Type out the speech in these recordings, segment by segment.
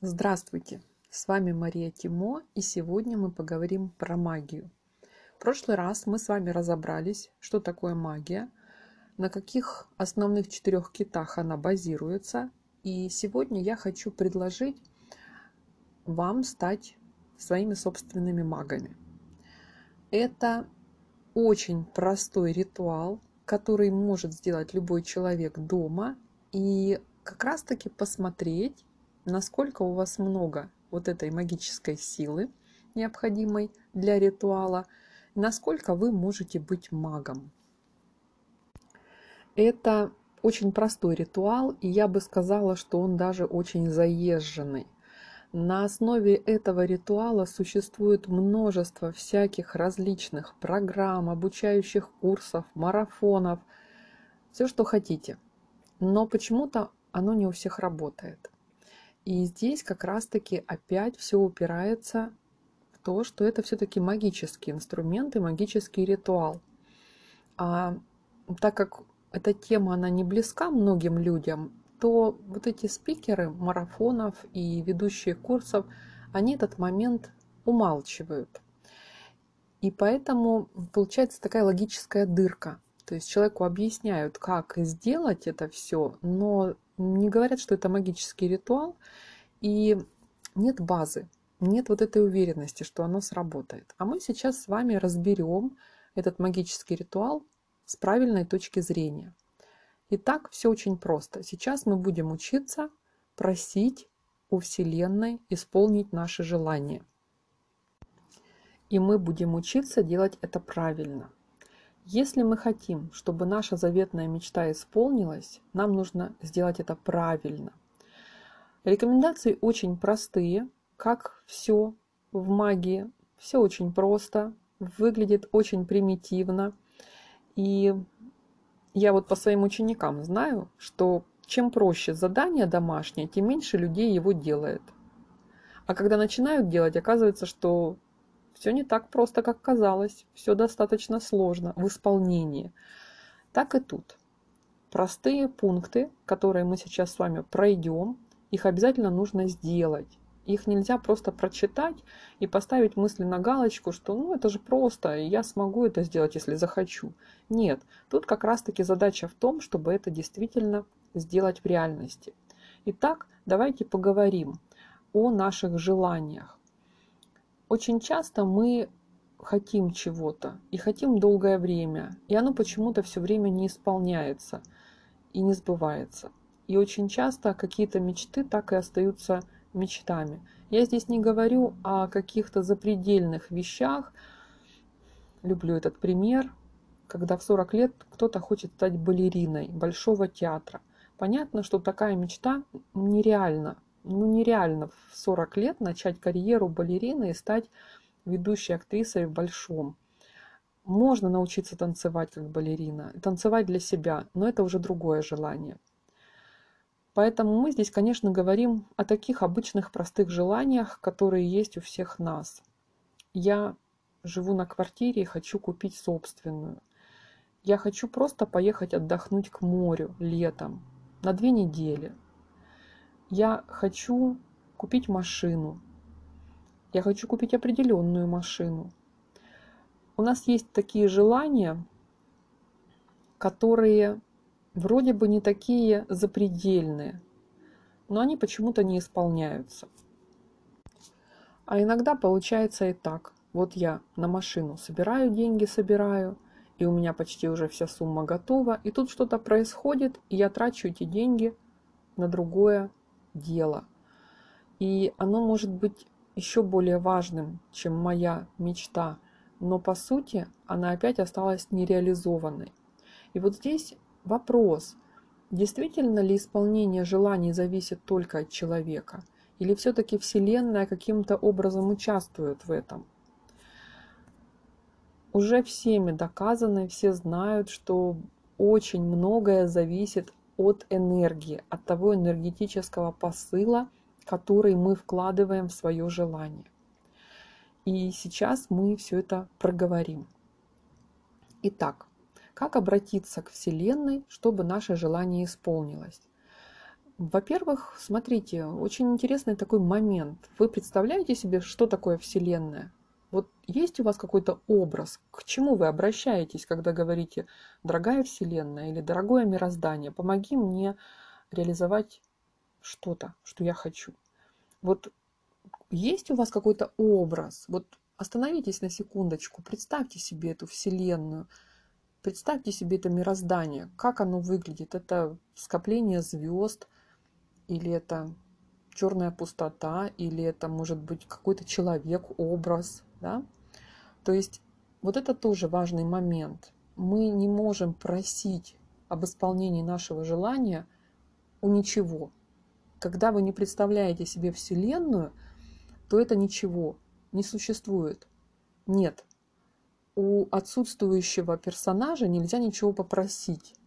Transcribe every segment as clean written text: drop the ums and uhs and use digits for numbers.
Здравствуйте! С вами Мария Тимо, и сегодня мы поговорим про магию. В прошлый раз мы с вами разобрались, что такое магия, на каких основных 4 китах она базируется, и сегодня я хочу предложить вам стать своими собственными магами. Это очень простой ритуал, который может сделать любой человек дома, и как раз-таки посмотреть, насколько у вас много вот этой магической силы, необходимой для ритуала, насколько вы можете быть магом. Это очень простой ритуал, и я бы сказала, что он даже очень заезженный. На основе этого ритуала существует множество всяких различных программ, обучающих курсов, марафонов, все, что хотите. Но почему-то оно не у всех работает. И здесь как раз-таки опять все упирается в то, что это все-таки магический инструмент и магический ритуал. А так как эта тема, она не близка многим людям, то вот эти спикеры марафонов и ведущие курсов, они этот момент умалчивают. И поэтому получается такая логическая дырка. То есть человеку объясняют, как сделать это все, но не говорят, что это магический ритуал, и нет базы, нет вот этой уверенности, что оно сработает. А мы сейчас с вами разберем этот магический ритуал с правильной точки зрения. Итак, все очень просто. Сейчас мы будем учиться просить у Вселенной исполнить наши желания. И мы будем учиться делать это правильно. Если мы хотим, чтобы наша заветная мечта исполнилась, нам нужно сделать это правильно. Рекомендации очень простые, как все в магии. Все очень просто, выглядит очень примитивно. И я вот по своим ученикам знаю, что чем проще задание домашнее, тем меньше людей его делает. А когда начинают делать, оказывается, что все не так просто, как казалось. Все достаточно сложно в исполнении. Так и тут. Простые пункты, которые мы сейчас с вами пройдем, их обязательно нужно сделать. Их нельзя просто прочитать и поставить мысленно галочку, что это же просто, и я смогу это сделать, если захочу. Нет, тут как раз-таки задача в том, чтобы это действительно сделать в реальности. Итак, давайте поговорим о наших желаниях. Очень часто мы хотим чего-то и хотим долгое время, и оно почему-то все время не исполняется и не сбывается. И очень часто какие-то мечты так и остаются мечтами. Я здесь не говорю о каких-то запредельных вещах. Люблю этот пример, когда в 40 лет кто-то хочет стать балериной Большого театра. Понятно, что такая мечта нереальна. Нереально в 40 лет начать карьеру балерины и стать ведущей актрисой в Большом. Можно научиться танцевать как балерина, танцевать для себя, но это уже другое желание. Поэтому мы здесь, конечно, говорим о таких обычных простых желаниях, которые есть у всех нас. Я живу на квартире и хочу купить собственную. Я хочу просто поехать отдохнуть к морю летом на 2 недели. Я хочу купить машину. Я хочу купить определенную машину. У нас есть такие желания, которые вроде бы не такие запредельные, но они почему-то не исполняются. А иногда получается и так. Вот я на машину собираю деньги, и у меня почти уже вся сумма готова, и тут что-то происходит, и я трачу эти деньги на другое дело. И оно может быть еще более важным, чем моя мечта, но по сути она опять осталась нереализованной. И вот здесь вопрос, действительно ли исполнение желаний зависит только от человека, или все-таки Вселенная каким-то образом участвует в этом? Уже всеми доказано, все знают, что очень многое зависит от энергии, от того энергетического посыла, который мы вкладываем в свое желание. И сейчас мы все это проговорим. Итак, как обратиться к Вселенной, чтобы наше желание исполнилось? Во-первых, смотрите, очень интересный такой момент. Вы представляете себе, что такое Вселенная? Вот есть у вас какой-то образ, к чему вы обращаетесь, когда говорите «дорогая Вселенная» или «дорогое мироздание, помоги мне реализовать что-то, что я хочу». Вот есть у вас какой-то образ? Вот остановитесь на секундочку, представьте себе эту Вселенную, представьте себе это мироздание, как оно выглядит. Это скопление звезд, или это черная пустота, или это может быть какой-то человек, образ, да? То есть вот это тоже важный момент. Мы не можем просить об исполнении нашего желания у ничего. Когда вы не представляете себе Вселенную, то это ничего не существует. Нет, у отсутствующего персонажа нельзя ничего попросить.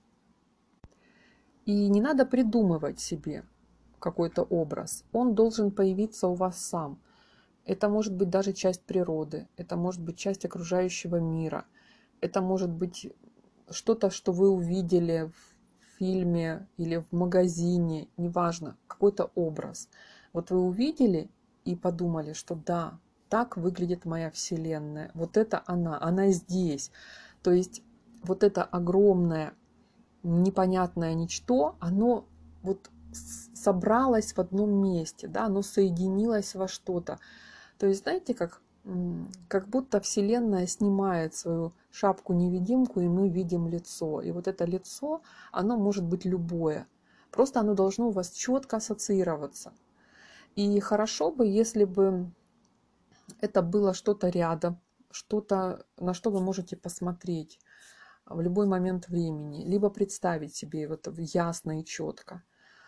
И не надо придумывать себе какой-то образ. Он должен появиться у вас сам. Это может быть даже часть природы, это может быть часть окружающего мира, это может быть что-то, что вы увидели в фильме или в магазине, неважно, какой-то образ. Вот вы увидели и подумали, что да, так выглядит моя Вселенная, вот это она здесь. То есть вот это огромное непонятное ничто, оно вот собралось в одном месте, да, оно соединилось во что-то. То есть, знаете, как будто Вселенная снимает свою шапку-невидимку, и мы видим лицо. И вот это лицо, оно может быть любое. Просто оно должно у вас четко ассоциироваться. И хорошо бы, если бы это было что-то рядом, что-то, на что вы можете посмотреть в любой момент времени, либо представить себе это ясно и четко.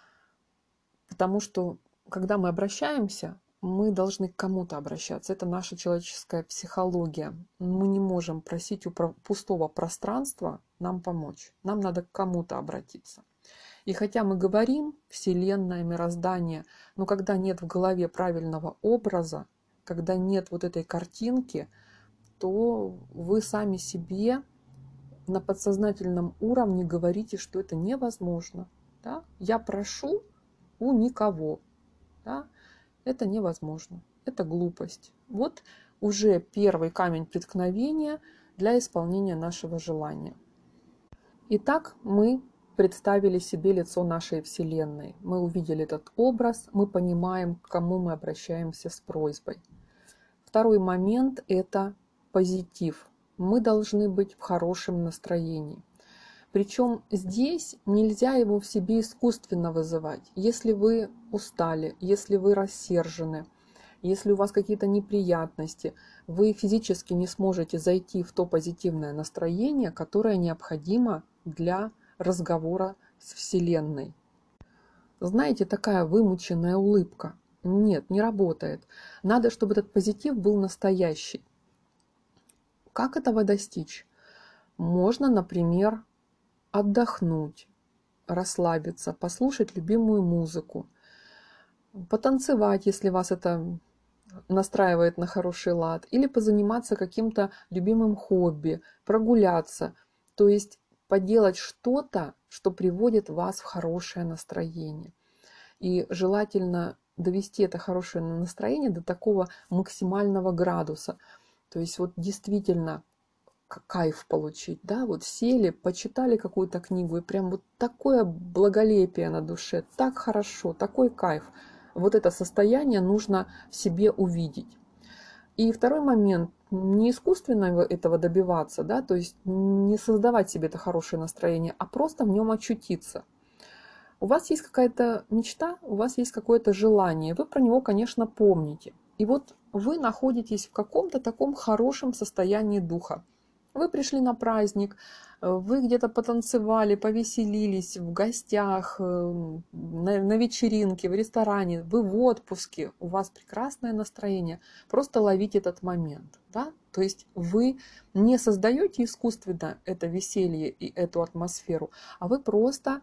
Потому что, когда мы обращаемся, мы должны к кому-то обращаться. Это наша человеческая психология. Мы не можем просить у пустого пространства нам помочь. Нам надо к кому-то обратиться. И хотя мы говорим Вселенная, мироздание, но когда нет в голове правильного образа, когда нет вот этой картинки, то вы сами себе на подсознательном уровне говорите, что это невозможно. Да? Я прошу у никого. Да? Это невозможно. Это глупость. Вот уже первый камень преткновения для исполнения нашего желания. Итак, мы представили себе лицо нашей Вселенной. Мы увидели этот образ, мы понимаем, к кому мы обращаемся с просьбой. Второй момент – это позитив. Мы должны быть в хорошем настроении. Причем здесь нельзя его в себе искусственно вызывать. Если вы устали, если вы рассержены, если у вас какие-то неприятности, вы физически не сможете зайти в то позитивное настроение, которое необходимо для разговора с Вселенной. Знаете, такая вымученная улыбка. Нет, не работает. Надо, чтобы этот позитив был настоящий. Как этого достичь? Можно, например, отдохнуть, расслабиться, послушать любимую музыку, потанцевать, если вас это настраивает на хороший лад, или позаниматься каким-то любимым хобби, прогуляться, то есть поделать что-то, что приводит вас в хорошее настроение. И желательно довести это хорошее настроение до такого максимального градуса. То есть вот действительно кайф получить, да, вот сели, почитали какую-то книгу, и прям вот такое благолепие на душе, так хорошо, такой кайф. Вот это состояние нужно в себе увидеть. И второй момент, не искусственно этого добиваться, да, то есть не создавать себе это хорошее настроение, а просто в нем очутиться. У вас есть какая-то мечта, у вас есть какое-то желание, вы про него, конечно, помните. И вот вы находитесь в каком-то таком хорошем состоянии духа. Вы пришли на праздник, вы где-то потанцевали, повеселились в гостях, на вечеринке, в ресторане, вы в отпуске, у вас прекрасное настроение. Просто ловите этот момент. Да? То есть вы не создаете искусственно это веселье и эту атмосферу, а вы просто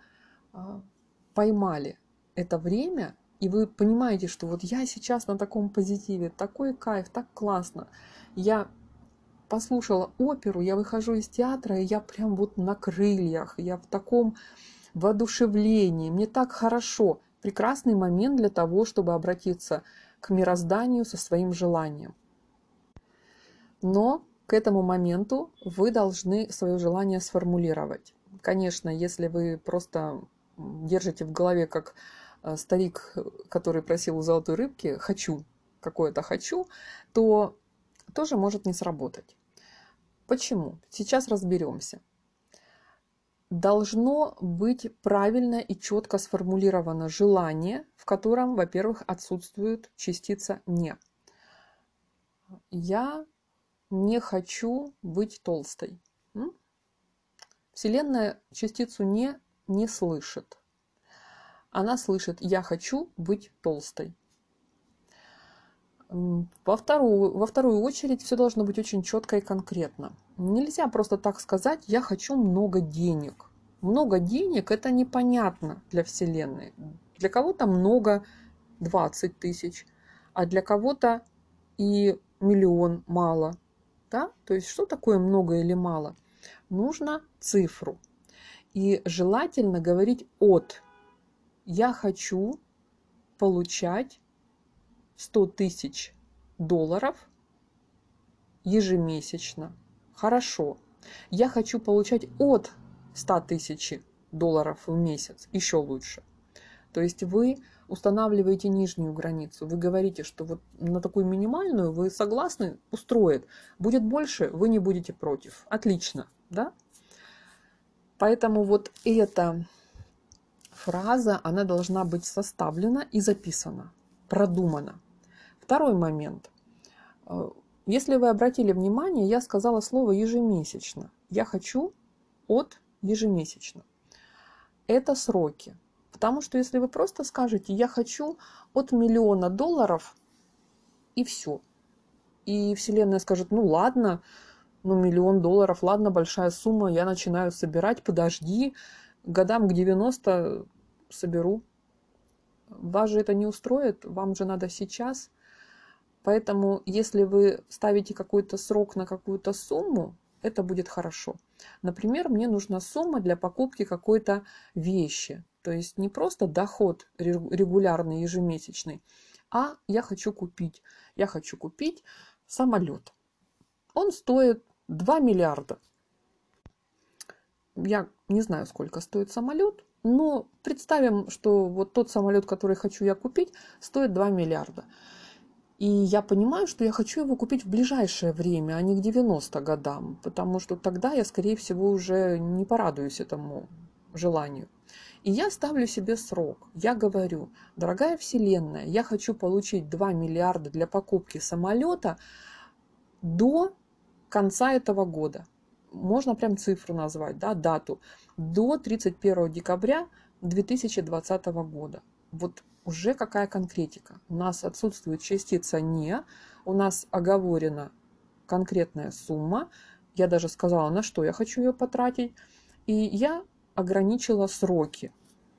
поймали это время, и вы понимаете, что вот я сейчас на таком позитиве, такой кайф, так классно. Я послушала оперу, я выхожу из театра, и я прям вот на крыльях, я в таком воодушевлении, мне так хорошо. прекрасный момент для того, чтобы обратиться к мирозданию со своим желанием. Но к этому моменту вы должны свое желание сформулировать. Конечно, если вы просто держите в голове, как старик, который просил у золотой рыбки «хочу», какое-то «хочу», то тоже может не сработать. Почему? Сейчас разберемся. Должно быть правильно и четко сформулировано желание, в котором, во-первых, отсутствует частица «не». Я не хочу быть толстой. Вселенная частицу не слышит. Она слышит «я хочу быть толстой». Во вторую очередь все должно быть очень четко и конкретно. Нельзя просто так сказать «я хочу много денег». Много денег – это непонятно для Вселенной. Для кого-то много 20 тысяч, а для кого-то и миллион мало. Да? То есть что такое много или мало? Нужно цифру. И желательно говорить от. Я хочу получать 100 тысяч долларов ежемесячно. Хорошо. Я хочу получать от 100 тысяч долларов в месяц. Еще лучше. То есть вы устанавливаете нижнюю границу. Вы говорите, что вот на такую минимальную вы согласны, устроит. Будет больше, вы не будете против. Отлично, да? Поэтому вот эта фраза, она должна быть составлена и записана, продумана. Второй момент. Если вы обратили внимание, я сказала слово ежемесячно. Я хочу от ежемесячно. Это сроки. Потому что если вы просто скажете, я хочу от $1 000 000 и все. И Вселенная скажет, ну ладно, ну $1 000 000, ладно, большая сумма, я начинаю собирать, подожди, годам к 90 соберу. Вас же это не устроит, вам же надо сейчас. Поэтому, если вы ставите какой-то срок на какую-то сумму, это будет хорошо. Например, мне нужна сумма для покупки какой-то вещи. То есть не просто доход регулярный, ежемесячный, а я хочу купить. Я хочу купить самолет. Он стоит 2 миллиарда. Я не знаю, сколько стоит самолет, но представим, что вот тот самолет, который хочу я купить, стоит 2 миллиарда. И я понимаю, что я хочу его купить в ближайшее время, а не к 90 годам, потому что тогда я, скорее всего, уже не порадуюсь этому желанию. И я ставлю себе срок. Я говорю, дорогая Вселенная, я хочу получить 2 миллиарда для покупки самолета до конца этого года. Можно прям цифру назвать, да, дату. До 31 декабря 2020 года. Вот уже какая конкретика. У нас отсутствует частица «не», у нас оговорена конкретная сумма. Я даже сказала, на что я хочу ее потратить. И я ограничила сроки.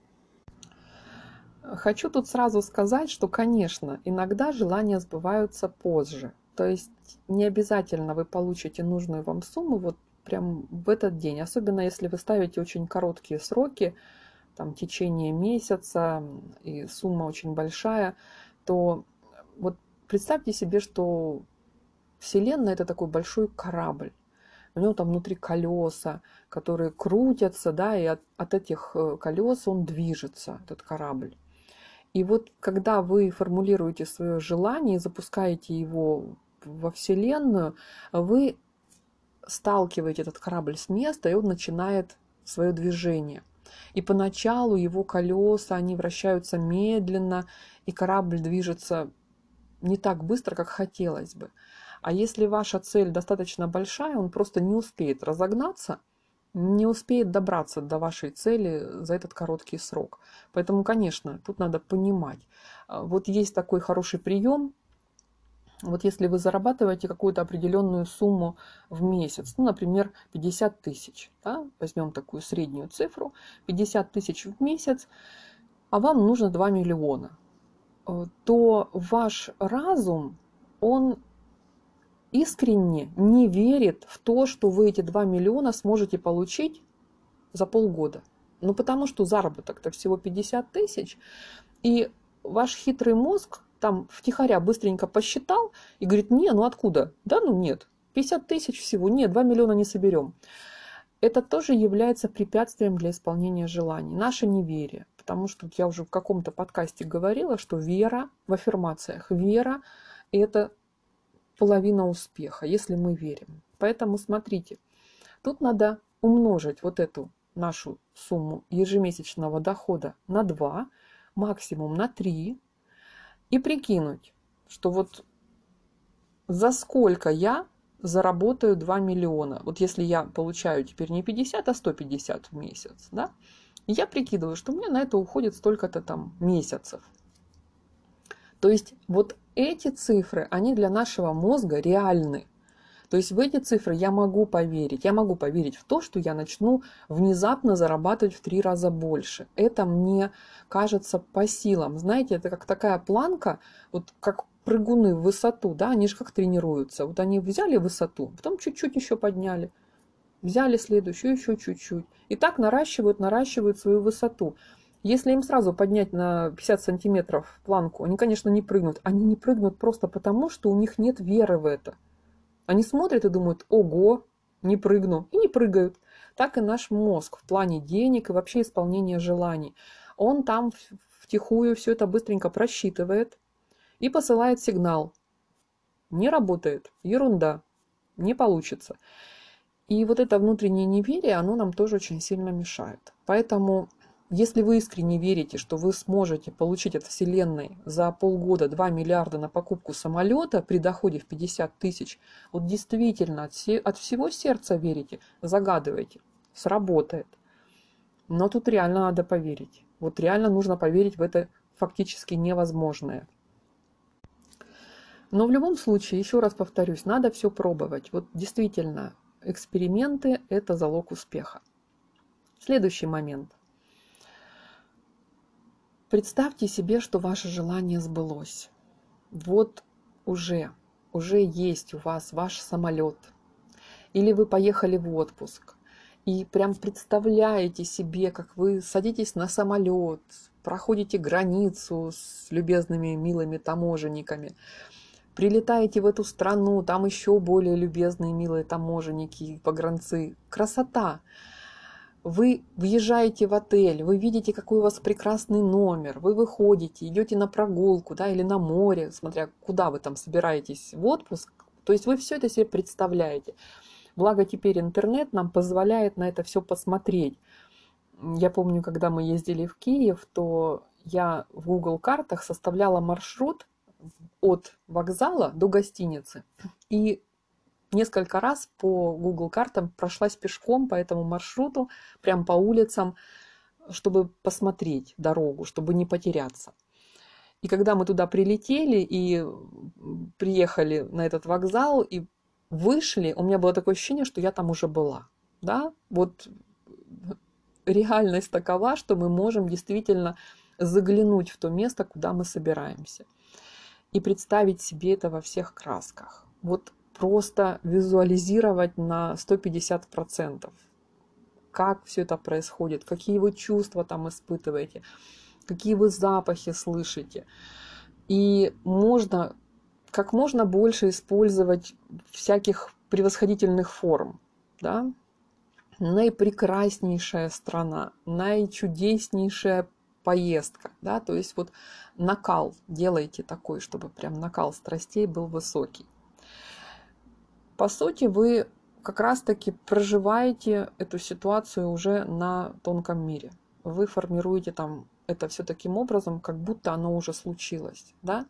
Хочу тут сразу сказать, что, конечно, иногда желания сбываются позже. То есть не обязательно вы получите нужную вам сумму вот прям в этот день. Особенно если вы ставите очень короткие сроки, там, течение месяца, и сумма очень большая, то вот представьте себе, что Вселенная – это такой большой корабль. У него там внутри колеса, которые крутятся, да, и от этих колес он движется, этот корабль. И вот когда вы формулируете свое желание и запускаете его во Вселенную, вы сталкиваете этот корабль с места, и он начинает свое движение. И поначалу его колеса, они вращаются медленно, и корабль движется не так быстро, как хотелось бы. А если ваша цель достаточно большая, он просто не успеет разогнаться, не успеет добраться до вашей цели за этот короткий срок. Поэтому, конечно, тут надо понимать. Вот есть такой хороший прием. Вот если вы зарабатываете какую-то определенную сумму в месяц, ну, например, 50 тысяч, да, возьмем такую среднюю цифру, 50 тысяч в месяц, а вам нужно 2 миллиона, то ваш разум, он искренне не верит в то, что вы эти 2 миллиона сможете получить за полгода. Ну, потому что заработок-то всего 50 тысяч, И ваш хитрый мозг там втихаря быстренько посчитал и говорит, не, ну откуда? Да, ну нет, 50 тысяч всего, нет, 2 миллиона не соберем. Это тоже является препятствием для исполнения желаний. Наше неверие. Потому что я уже в каком-то подкасте говорила, что вера в аффирмациях, вера – это половина успеха, если мы верим. Поэтому смотрите, тут надо умножить вот эту нашу сумму ежемесячного дохода на 2, максимум на 3, и прикинуть, что вот за сколько я заработаю 2 миллиона. Вот если я получаю теперь не 50, а 150 в месяц, да, я прикидываю, что у меня на это уходит столько-то там месяцев. То есть вот эти цифры, они для нашего мозга реальны. То есть в эти цифры я могу поверить. Я могу поверить в то, что я начну внезапно зарабатывать в 3 раза больше. Это мне кажется по силам. Знаете, это как такая планка, вот как прыгуны в высоту, да, они же как тренируются. Вот они взяли высоту, потом чуть-чуть еще подняли, взяли следующую, еще чуть-чуть. И так наращивают свою высоту. Если им сразу поднять на 50 сантиметров планку, они, конечно, не прыгнут. Они не прыгнут просто потому, что у них нет веры в это. Они смотрят и думают, ого, не прыгну, и не прыгают. Так и наш мозг в плане денег и вообще исполнения желаний. Он там втихую все это быстренько просчитывает и посылает сигнал. Не работает, ерунда, не получится. И вот это внутреннее неверие, оно нам тоже очень сильно мешает. Поэтому, если вы искренне верите, что вы сможете получить от Вселенной за полгода 2 миллиарда на покупку самолета при доходе в 50 тысяч, вот действительно от всего сердца верите, загадывайте, сработает. Но тут реально надо поверить. Вот реально нужно поверить в это фактически невозможное. Но в любом случае, еще раз повторюсь, надо все пробовать. Вот действительно, эксперименты – это залог успеха. Следующий момент. Представьте себе, что ваше желание сбылось. Вот уже есть у вас ваш самолет. Или вы поехали в отпуск. И прям представляете себе, как вы садитесь на самолет, проходите границу с любезными, милыми таможенниками, прилетаете в эту страну, там еще более любезные, милые таможенники, погранцы. Красота! Вы въезжаете в отель, вы видите, какой у вас прекрасный номер, вы выходите, идете на прогулку, да, или на море, смотря куда вы там собираетесь в отпуск. То есть вы все это себе представляете. Благо теперь интернет нам позволяет на это все посмотреть. Я помню, когда мы ездили в Киев, то я в Google картах составляла маршрут от вокзала до гостиницы. И несколько раз по Google картам прошлась пешком по этому маршруту, прям по улицам, чтобы посмотреть дорогу, чтобы не потеряться. И когда мы туда прилетели и приехали на этот вокзал и вышли, у меня было такое ощущение, что я там уже была. Да? Вот реальность такова, что мы можем действительно заглянуть в то место, куда мы собираемся. И представить себе это во всех красках. Вот просто визуализировать на 150%, как все это происходит, какие вы чувства там испытываете, какие вы запахи слышите. И можно как можно больше использовать всяких превосходительных форм. Да? Наипрекраснейшая страна, наичудеснейшая поездка. Да? То есть вот накал делайте такой, чтобы прям накал страстей был высокий. По сути, вы как раз-таки проживаете эту ситуацию уже на тонком мире. Вы формируете там это все таким образом, как будто оно уже случилось. Да?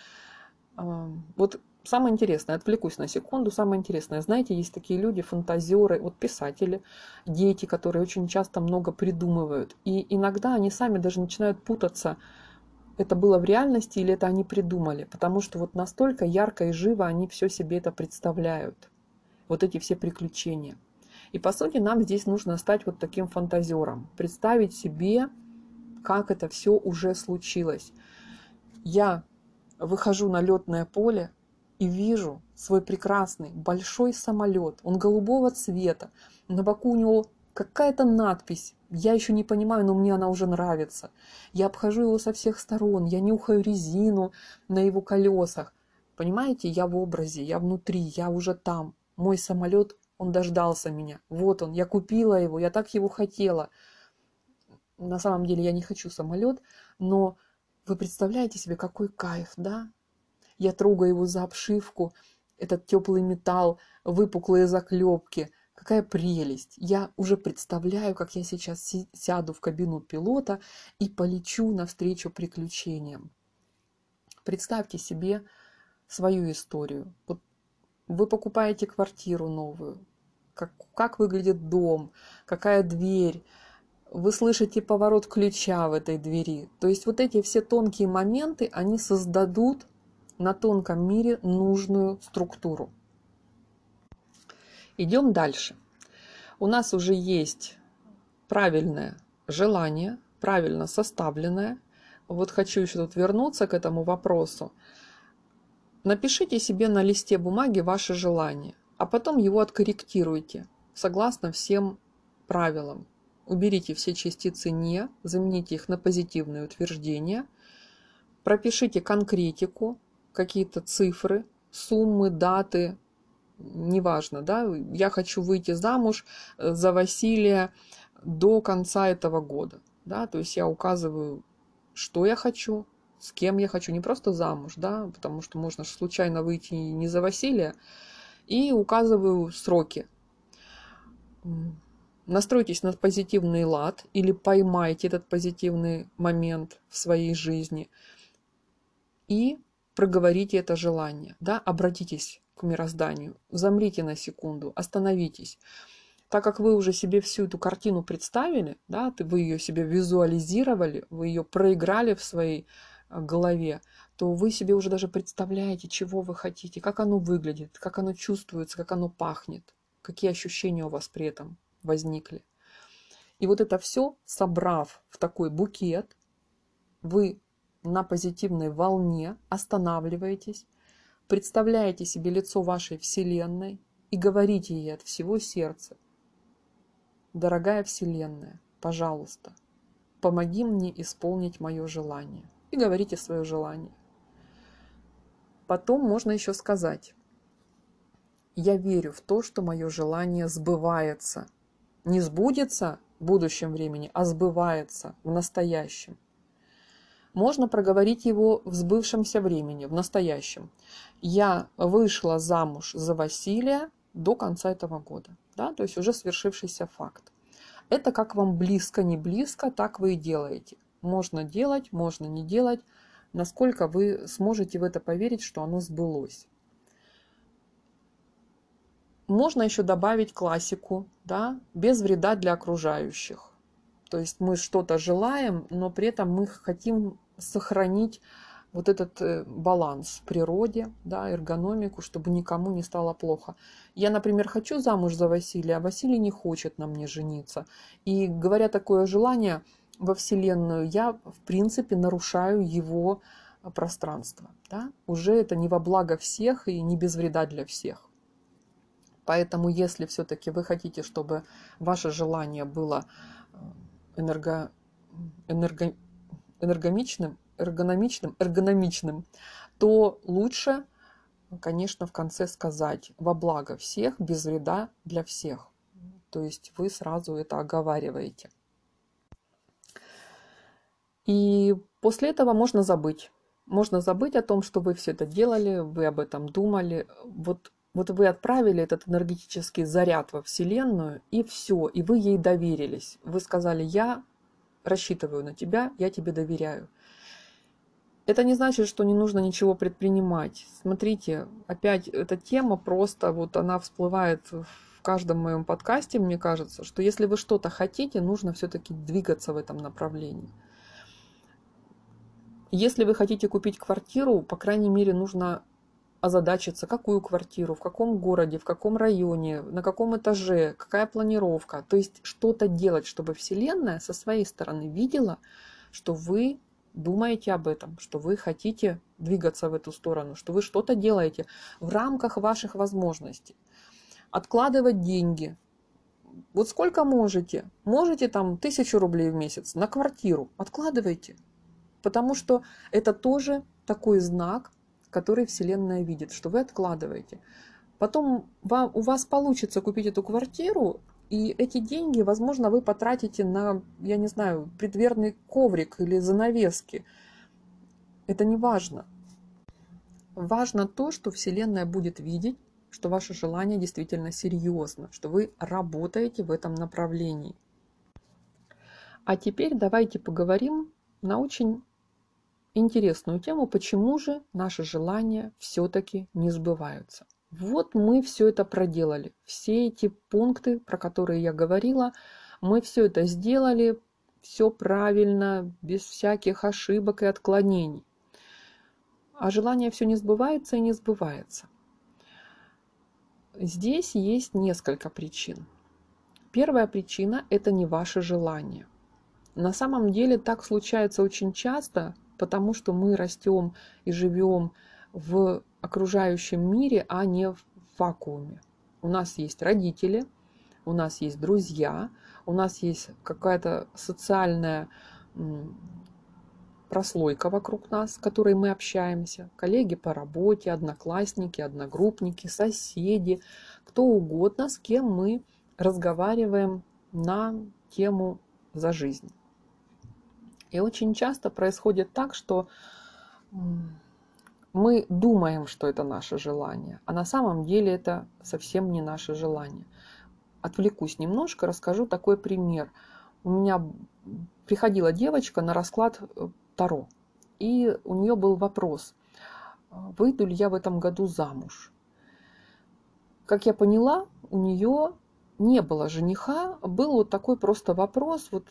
Вот самое интересное, отвлекусь на секунду, самое интересное, знаете, есть такие люди, фантазеры, вот писатели, дети, которые очень часто много придумывают. И иногда они сами даже начинают путаться, это было в реальности или это они придумали, потому что вот настолько ярко и живо они все себе это представляют, вот эти все приключения. И по сути нам здесь нужно стать вот таким фантазером, представить себе, как это все уже случилось. Я выхожу на летное поле и вижу свой прекрасный большой самолет. Он голубого цвета. На боку у него какая-то надпись, я еще не понимаю, но мне она уже нравится. Я обхожу его со всех сторон, я нюхаю резину на его колесах. Понимаете, я в образе, я внутри, я уже там. Мой самолет, он дождался меня. Вот он, я купила его, я так его хотела. На самом деле я не хочу самолет, но вы представляете себе, какой кайф, да? Я трогаю его за обшивку, этот теплый металл, выпуклые заклепки. Какая прелесть! Я уже представляю, как я сейчас сяду в кабину пилота и полечу навстречу приключениям. Представьте себе свою историю. Вот вы покупаете квартиру новую, как выглядит дом, какая дверь, вы слышите поворот ключа в этой двери. То есть вот эти все тонкие моменты, они создадут на тонком мире нужную структуру. Идем дальше. У нас уже есть правильное желание, правильно составленное. Вот хочу еще тут вернуться к этому вопросу. Напишите себе на листе бумаги ваше желание, а потом его откорректируйте согласно всем правилам. Уберите все частицы «не», замените их на позитивные утверждения, пропишите конкретику, какие-то цифры, суммы, даты, неважно, да, я хочу выйти замуж за Василия до конца этого года, да, то есть я указываю, что я хочу, с кем я хочу, не просто замуж, да, потому что можно случайно выйти не за Василия, и указываю сроки. Настройтесь на позитивный лад или поймайте этот позитивный момент в своей жизни и проговорите это желание, да, обратитесь к мирозданию, замрите на секунду, остановитесь. Так как вы уже себе всю эту картину представили, да, вы ее себе визуализировали, вы ее проиграли в своей голове, то вы себе уже даже представляете, чего вы хотите, как оно выглядит, как оно чувствуется, как оно пахнет, какие ощущения у вас при этом возникли. И вот это все, собрав в такой букет, вы на позитивной волне останавливаетесь, представляете себе лицо вашей Вселенной и говорите ей от всего сердца: дорогая Вселенная, пожалуйста, помоги мне исполнить мое желание. И говорите свое желание. Потом можно еще сказать: я верю в то, что мое желание сбывается. Не сбудется в будущем времени, а сбывается в настоящем. Можно проговорить его в сбывшемся времени, в настоящем. Я вышла замуж за Василия до конца этого года. Да? То есть уже свершившийся факт. Это как вам близко, не близко, так вы и делаете. Можно делать, можно не делать, насколько вы сможете в это поверить, что оно сбылось. Можно еще добавить классику, да, без вреда для окружающих. То есть мы что-то желаем, но при этом мы хотим сохранить вот этот баланс в природе, да, эргономику, чтобы никому не стало плохо. Я, например, хочу замуж за Василия, а Василий не хочет на мне жениться. И говоря такое желание во Вселенную, я, в принципе, нарушаю его пространство. Да? Уже это не во благо всех и не без вреда для всех. Поэтому, если все-таки вы хотите, чтобы ваше желание было эргономичным, то лучше, конечно, в конце сказать: во благо всех, без вреда для всех. То есть вы сразу это оговариваете. И после этого можно забыть. Можно забыть о том, что вы все это делали, вы об этом думали. Вот вы отправили этот энергетический заряд во Вселенную, и все, и вы ей доверились. Вы сказали: я рассчитываю на тебя, я тебе доверяю. Это не значит, что не нужно ничего предпринимать. Смотрите, опять эта тема просто, вот она всплывает в каждом моем подкасте, мне кажется, что если вы что-то хотите, нужно все-таки двигаться в этом направлении. Если вы хотите купить квартиру, по крайней мере, нужно озадачиться, какую квартиру, в каком городе, в каком районе, на каком этаже, какая планировка. То есть что-то делать, чтобы Вселенная со своей стороны видела, что вы думаете об этом, что вы хотите двигаться в эту сторону, что вы что-то делаете в рамках ваших возможностей. Откладывать деньги, Вот сколько можете? Можете там 1000 рублей в месяц на квартиру, откладывайте. Потому что это тоже такой знак, который Вселенная видит, что вы откладываете. Потом у вас получится купить эту квартиру, и эти деньги, возможно, вы потратите на, я не знаю, преддверный коврик или занавески. Это не важно. Важно то, что Вселенная будет видеть, что ваше желание действительно серьезно, что вы работаете в этом направлении. А теперь давайте поговорим на очень интересную тему, почему же наши желания все-таки не сбываются. Вот мы все это проделали. Все эти пункты, про которые я говорила, мы все это сделали, все правильно, без всяких ошибок и отклонений. А желание все не сбывается и не сбывается. Здесь есть несколько причин. Первая причина – это не ваше желание. На самом деле так случается очень часто, потому что мы растем и живем в окружающем мире, а не в вакууме. У нас есть родители, у нас есть друзья, у нас есть какая-то социальная прослойка вокруг нас, с которой мы общаемся, коллеги по работе, одноклассники, одногруппники, соседи, кто угодно, с кем мы разговариваем на тему за жизнь. И очень часто происходит так, что мы думаем, что это наше желание, а на самом деле это совсем не наше желание. Отвлекусь немножко, расскажу такой пример. У меня приходила девочка на расклад Таро, и у нее был вопрос, выйду ли я в этом году замуж. Как я поняла, у нее не было жениха, был вот такой просто вопрос, вот,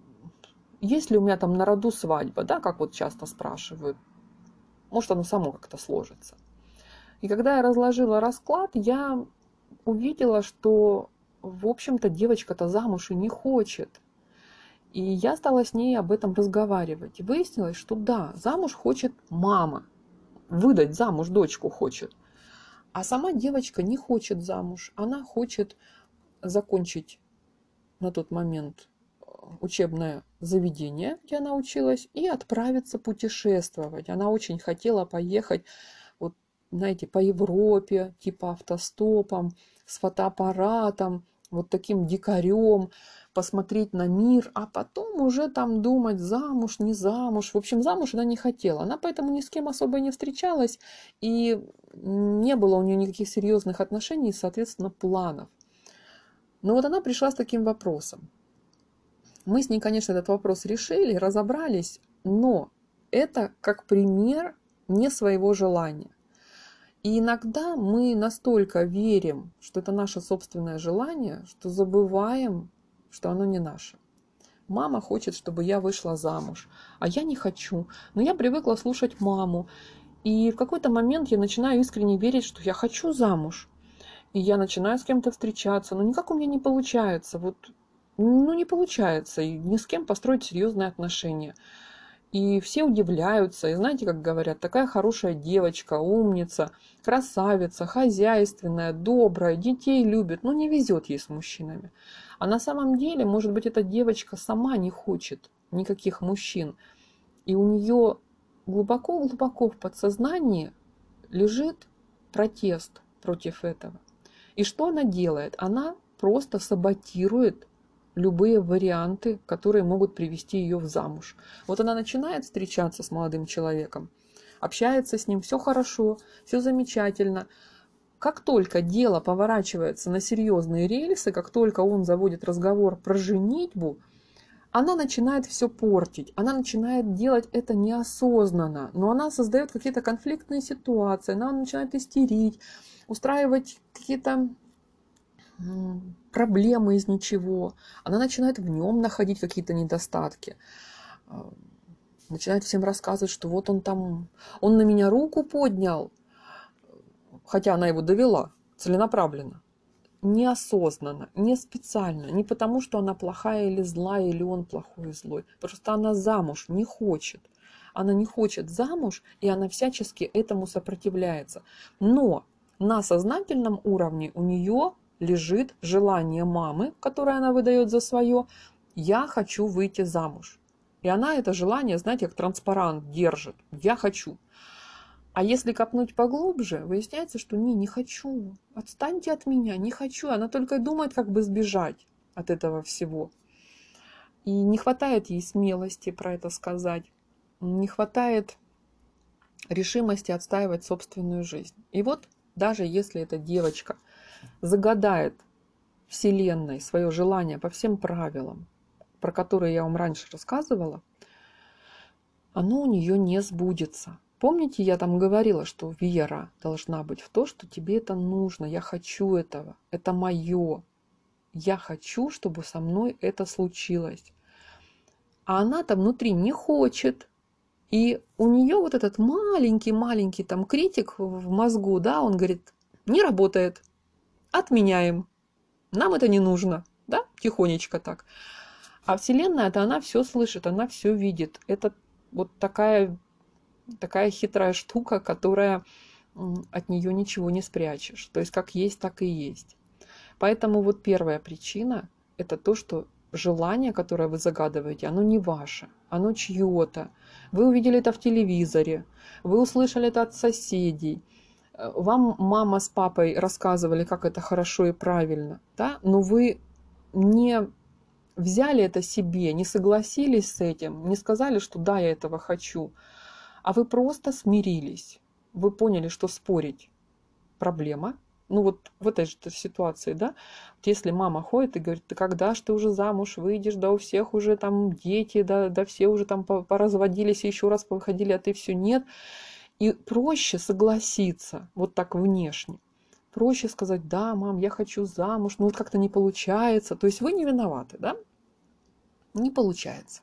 есть ли у меня там на роду свадьба, да, как вот часто спрашивают, может оно само как-то сложится. И когда я разложила расклад, я увидела, что, в общем-то, девочка-то замуж и не хочет. И я стала с ней об этом разговаривать. И выяснилось, что да, замуж хочет мама. Выдать замуж дочку хочет. А сама девочка не хочет замуж. Она хочет закончить на тот момент учебное заведение, где она училась, и отправиться путешествовать. Она очень хотела поехать, вот, знаете, по Европе, типа автостопом, с фотоаппаратом, вот таким дикарем, посмотреть на мир, а потом уже там думать, замуж, не замуж. В общем, замуж она не хотела. Она поэтому ни с кем особо не встречалась, и не было у нее никаких серьезных отношений, соответственно, планов. Но вот она пришла с таким вопросом. Мы с ней, конечно, этот вопрос решили, разобрались, но это как пример не своего желания. И иногда мы настолько верим, что это наше собственное желание, что забываем, что оно не наше. Мама хочет, чтобы я вышла замуж, а я не хочу. Но я привыкла слушать маму. И в какой-то момент я начинаю искренне верить, что я хочу замуж. И я начинаю с кем-то встречаться, но никак у меня не получается. Вот, не получается и ни с кем построить серьезные отношения. И все удивляются. И знаете, как говорят, такая хорошая девочка, умница, красавица, хозяйственная, добрая, детей любит, но не везет ей с мужчинами. А на самом деле, может быть, эта девочка сама не хочет никаких мужчин. И у нее глубоко-глубоко в подсознании лежит протест против этого. И что она делает? Она просто саботирует любые варианты, которые могут привести ее в замуж. Вот она начинает встречаться с молодым человеком, общается с ним, все хорошо, все замечательно. Как только дело поворачивается на серьезные рельсы, как только он заводит разговор про женитьбу, она начинает все портить, она начинает делать это неосознанно, но она создает какие-то конфликтные ситуации, она начинает истерить, устраивать какие-то проблемы из ничего. Она начинает в нем находить какие-то недостатки. Начинает всем рассказывать, что вот он там, он на меня руку поднял, хотя она его довела целенаправленно, неосознанно, не специально, не потому, что она плохая или злая, или он плохой и злой. Просто она замуж не хочет. Она не хочет замуж, и она всячески этому сопротивляется. Но на сознательном уровне у нее лежит желание мамы, которое она выдает за свое: «Я хочу выйти замуж». И она это желание, знаете, как транспарант держит: «Я хочу». А если копнуть поглубже, выясняется, что не хочу, отстаньте от меня, не хочу. Она только думает, как бы сбежать от этого всего. И не хватает ей смелости про это сказать, не хватает решимости отстаивать собственную жизнь. И вот даже если эта девочка загадает Вселенной свое желание по всем правилам, про которые я вам раньше рассказывала, оно у нее не сбудется. Помните, я там говорила, что вера должна быть в то, что тебе это нужно, я хочу этого, это мое, я хочу, чтобы со мной это случилось. А она там внутри не хочет. И у нее вот этот маленький-маленький там критик в мозгу, да, он говорит: не работает, отменяем, нам это не нужно, да, тихонечко так. А Вселенная-то она все слышит, она все видит. Это вот такая хитрая штука, которая от нее ничего не спрячешь. То есть как есть, так и есть. Поэтому вот первая причина – это то, что желание, которое вы загадываете, оно не ваше, оно чье-то. Вы увидели это в телевизоре, вы услышали это от соседей, вам мама с папой рассказывали, как это хорошо и правильно, да? Но вы не взяли это себе, не согласились с этим, не сказали, что да, я этого хочу, а вы просто смирились. Вы поняли, что спорить проблема. Ну вот в этой же ситуации, да, вот если мама ходит и говорит: ты когда ж ты уже замуж выйдешь, да у всех уже там дети, да все уже там поразводились, еще раз повыходили, а ты все нет. И проще согласиться вот так внешне. Проще сказать: да, мам, я хочу замуж, но вот как-то не получается. То есть вы не виноваты, да? Не получается.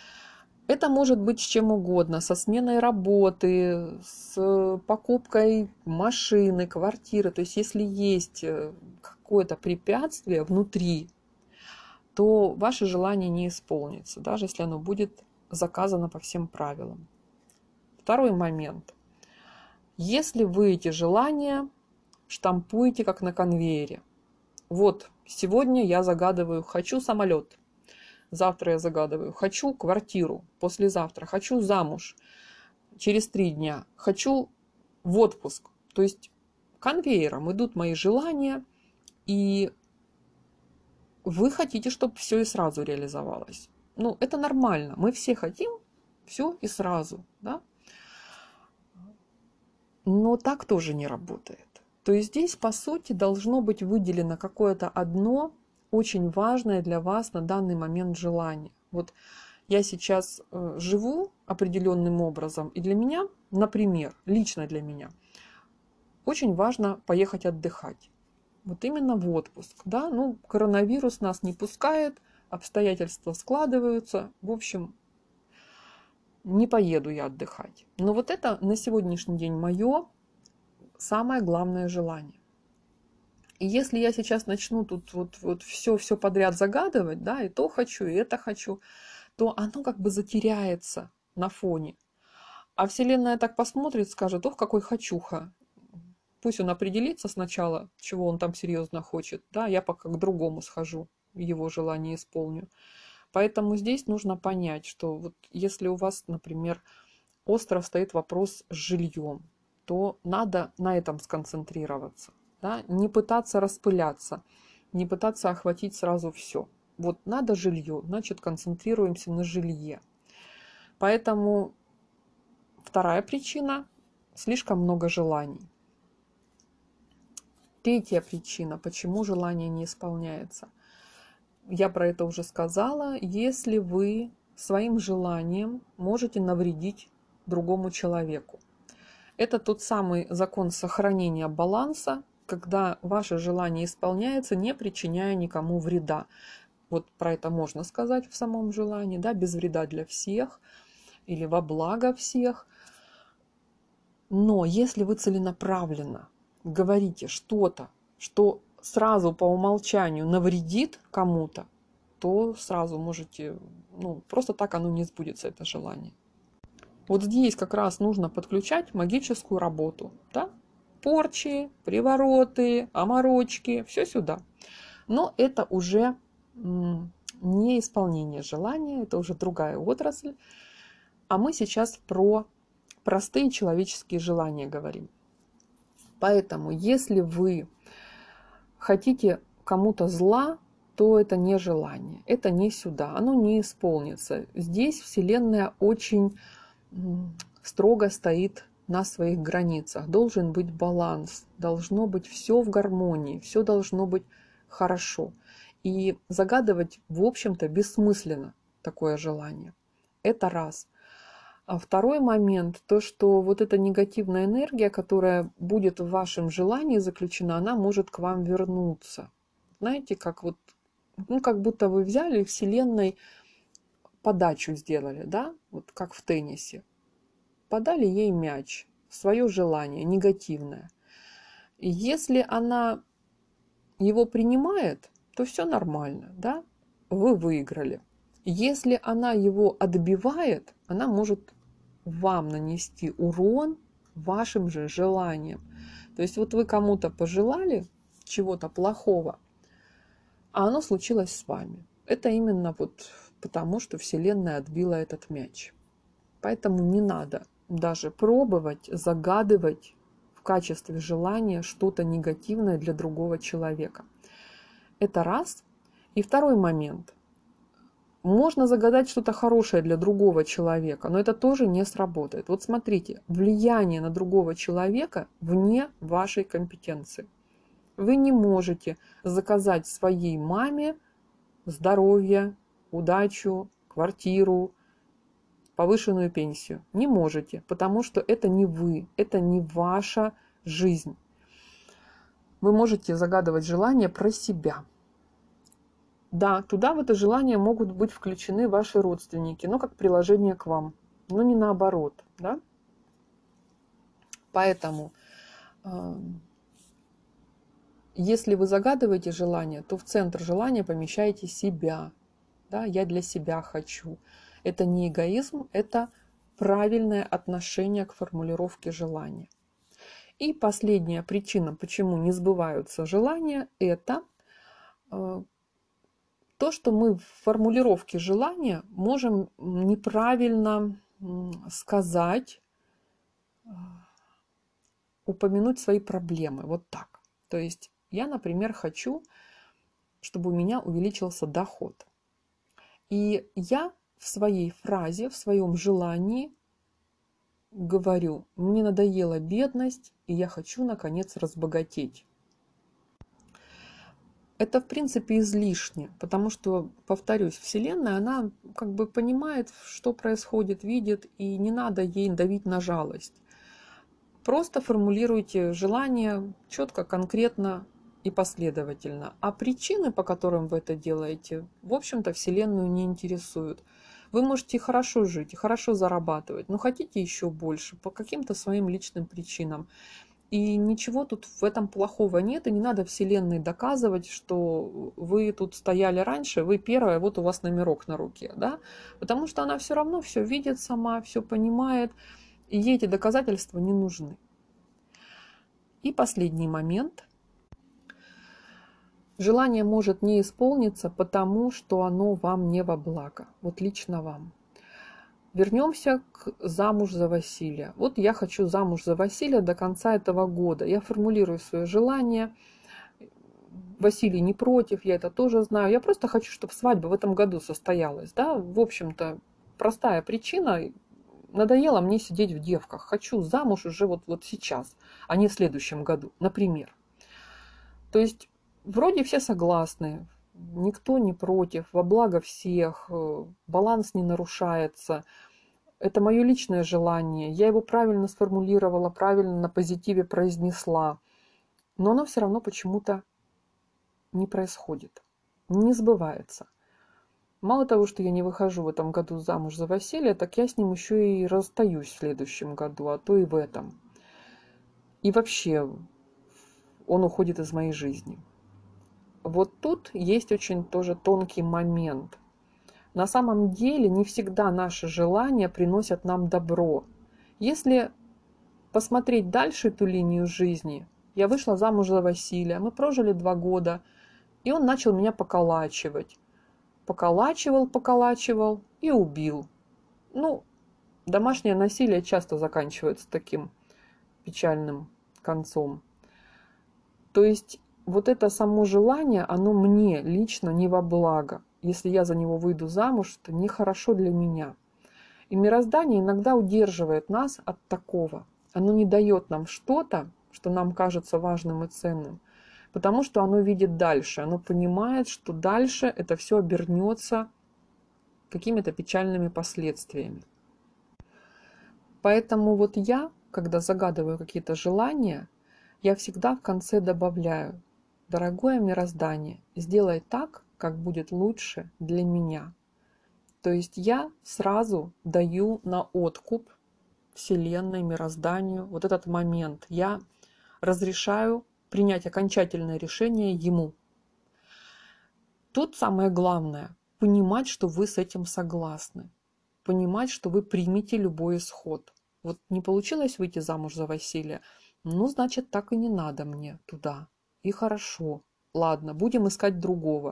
Это может быть с чем угодно, со сменой работы, с покупкой машины, квартиры. То есть если есть какое-то препятствие внутри, то ваше желание не исполнится, даже если оно будет заказано по всем правилам. Второй момент. Если вы эти желания штампуете как на конвейере. Вот сегодня я загадываю: хочу самолет. Завтра я загадываю: хочу квартиру. Послезавтра хочу замуж. Через 3 дня хочу в отпуск. То есть конвейером идут мои желания, и вы хотите, чтобы все и сразу реализовалось. Ну, это нормально. Мы все хотим все и сразу, да? Но так тоже не работает. То есть здесь, по сути, должно быть выделено какое-то одно очень важное для вас на данный момент желание. Вот я сейчас живу определенным образом, и для меня, например, лично для меня, очень важно поехать отдыхать. Вот именно в отпуск. Да? Ну, коронавирус нас не пускает, обстоятельства складываются. В общем, не поеду я отдыхать. Но вот это на сегодняшний день мое самое главное желание. И если я сейчас начну тут вот все подряд загадывать, да, и то хочу, и это хочу, то оно как бы затеряется на фоне. А Вселенная так посмотрит, скажет: ох, какой хочуха. Пусть он определится сначала, чего он там серьезно хочет, да, я пока к другому схожу, его желание исполню. Поэтому здесь нужно понять, что вот если у вас, например, остро стоит вопрос с жильем, то надо на этом сконцентрироваться, да? Не пытаться распыляться, не пытаться охватить сразу все. Вот надо жилье, значит, концентрируемся на жилье. Поэтому вторая причина – слишком много желаний. Третья причина, почему желание не исполняется. Я про это уже сказала. Если вы своим желанием можете навредить другому человеку. Это тот самый закон сохранения баланса, когда ваше желание исполняется, не причиняя никому вреда. Вот про это можно сказать в самом желании, да, без вреда для всех или во благо всех. Но если вы целенаправленно говорите что-то, что сразу по умолчанию навредит кому-то, то сразу можете, ну, просто так оно не сбудется, это желание. Вот здесь как раз нужно подключать магическую работу, да? порчи, привороты, оморочки, все сюда. Но это уже не исполнение желания, это уже другая отрасль. А мы сейчас про простые человеческие желания говорим. Поэтому, если вы хотите кому-то зла, то это не желание, это не сюда, оно не исполнится. Здесь Вселенная очень строго стоит на своих границах. Должен быть баланс, должно быть все в гармонии, все должно быть хорошо. И загадывать, в общем-то, бессмысленно такое желание. Это раз. А второй момент, то, что вот эта негативная энергия, которая будет в вашем желании заключена, она может к вам вернуться. Знаете, как вот, как будто вы взяли Вселенной подачу сделали, да, вот как в теннисе. Подали ей мяч, свое желание, негативное. И если она его принимает, то все нормально, да, вы выиграли. Если она его отбивает, она может вам нанести урон вашим же желанием. То есть вот вы кому-то пожелали чего-то плохого, а оно случилось с вами. Это именно вот потому, что Вселенная отбила этот мяч. Поэтому не надо даже пробовать загадывать в качестве желания что-то негативное для другого человека. Это раз. И второй момент. Можно загадать что-то хорошее для другого человека, но это тоже не сработает. Вот смотрите, влияние на другого человека вне вашей компетенции. Вы не можете заказать своей маме здоровье, удачу, квартиру, повышенную пенсию. Не можете, потому что это не вы, это не ваша жизнь. Вы можете загадывать желания про себя. Да, туда в это желание могут быть включены ваши родственники, но как приложение к вам, но не наоборот, да? Поэтому, если вы загадываете желание, то в центр желания помещаете себя. Да? Я для себя хочу. Это не эгоизм, это правильное отношение к формулировке желания. И последняя причина, почему не сбываются желания, это то, что мы в формулировке желания можем неправильно сказать, упомянуть свои проблемы. Вот так. То есть я, например, хочу, чтобы у меня увеличился доход. И я в своей фразе, в своем желании говорю, мне надоела бедность, и я хочу, наконец, разбогатеть. Это, в принципе, излишне, потому что, повторюсь, Вселенная, она как бы понимает, что происходит, видит, и не надо ей давить на жалость. Просто формулируйте желание четко, конкретно и последовательно. А причины, по которым вы это делаете, в общем-то, Вселенную не интересуют. Вы можете хорошо жить, хорошо зарабатывать, но хотите еще больше по каким-то своим личным причинам. И ничего тут в этом плохого нет, и не надо Вселенной доказывать, что вы тут стояли раньше, вы первая, вот у вас номерок на руке, да? Потому что она все равно все видит сама, все понимает, и ей эти доказательства не нужны. И последний момент. Желание может не исполниться, потому что оно вам не во благо, вот лично вам. Вернемся к замуж за Василия. Вот я хочу замуж за Василия до конца этого года. Я формулирую свое желание. Василий не против, я это тоже знаю. Я просто хочу, чтобы свадьба в этом году состоялась. Да? В общем-то, простая причина. Надоело мне сидеть в девках. Хочу замуж уже вот сейчас, а не в следующем году, например. То есть вроде все согласны, никто не против, во благо всех, баланс не нарушается. Это мое личное желание, я его правильно сформулировала, правильно на позитиве произнесла, но оно все равно почему-то не происходит, не сбывается. Мало того, что я не выхожу в этом году замуж за Василия, так я с ним еще и расстаюсь в следующем году, а то и в этом. И вообще он уходит из моей жизни. Вот тут есть очень тоже тонкий момент. На самом деле не всегда наши желания приносят нам добро. Если посмотреть дальше эту линию жизни, я вышла замуж за Василия, мы прожили 2 года, и он начал меня поколачивать. Поколачивал и убил. Ну, домашнее насилие часто заканчивается таким печальным концом. То есть вот это само желание, оно мне лично не во благо. Если я за него выйду замуж, то нехорошо для меня. И мироздание иногда удерживает нас от такого. Оно не дает нам что-то, что нам кажется важным и ценным, потому что оно видит дальше. Оно понимает, что дальше это все обернется какими-то печальными последствиями. Поэтому вот я, когда загадываю какие-то желания, я всегда в конце добавляю: дорогое мироздание, сделай так, как будет лучше для меня. То есть я сразу даю на откуп Вселенной, мирозданию вот этот момент. Я разрешаю принять окончательное решение ему. Тут самое главное – понимать, что вы с этим согласны. Понимать, что вы примете любой исход. Вот не получилось выйти замуж за Василия, ну, значит, так и не надо мне туда. И хорошо. Ладно, будем искать другого.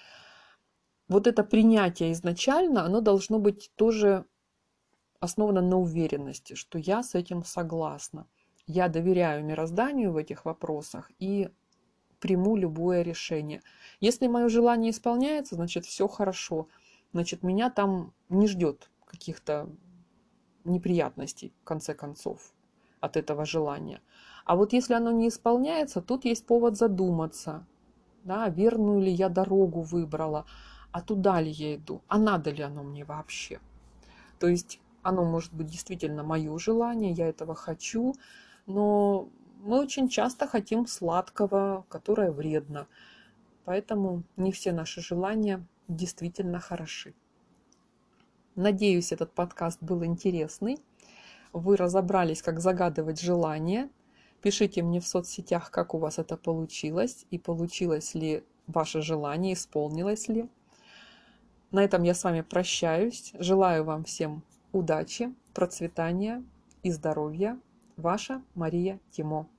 Вот это принятие изначально, оно должно быть тоже основано на уверенности, что я с этим согласна. Я доверяю мирозданию в этих вопросах и приму любое решение. Если мое желание исполняется, значит, все хорошо. Значит, меня там не ждет каких-то неприятностей, в конце концов, от этого желания. А вот если оно не исполняется, тут есть повод задуматься, да, верную ли я дорогу выбрала, а туда ли я иду, а надо ли оно мне вообще. То есть оно может быть действительно мое желание, я этого хочу, но мы очень часто хотим сладкого, которое вредно. Поэтому не все наши желания действительно хороши. Надеюсь, этот подкаст был интересный. Вы разобрались, как загадывать желания. Пишите мне в соцсетях, как у вас это получилось, и получилось ли ваше желание, исполнилось ли. На этом я с вами прощаюсь. Желаю вам всем удачи, процветания и здоровья. Ваша Мария Тимо.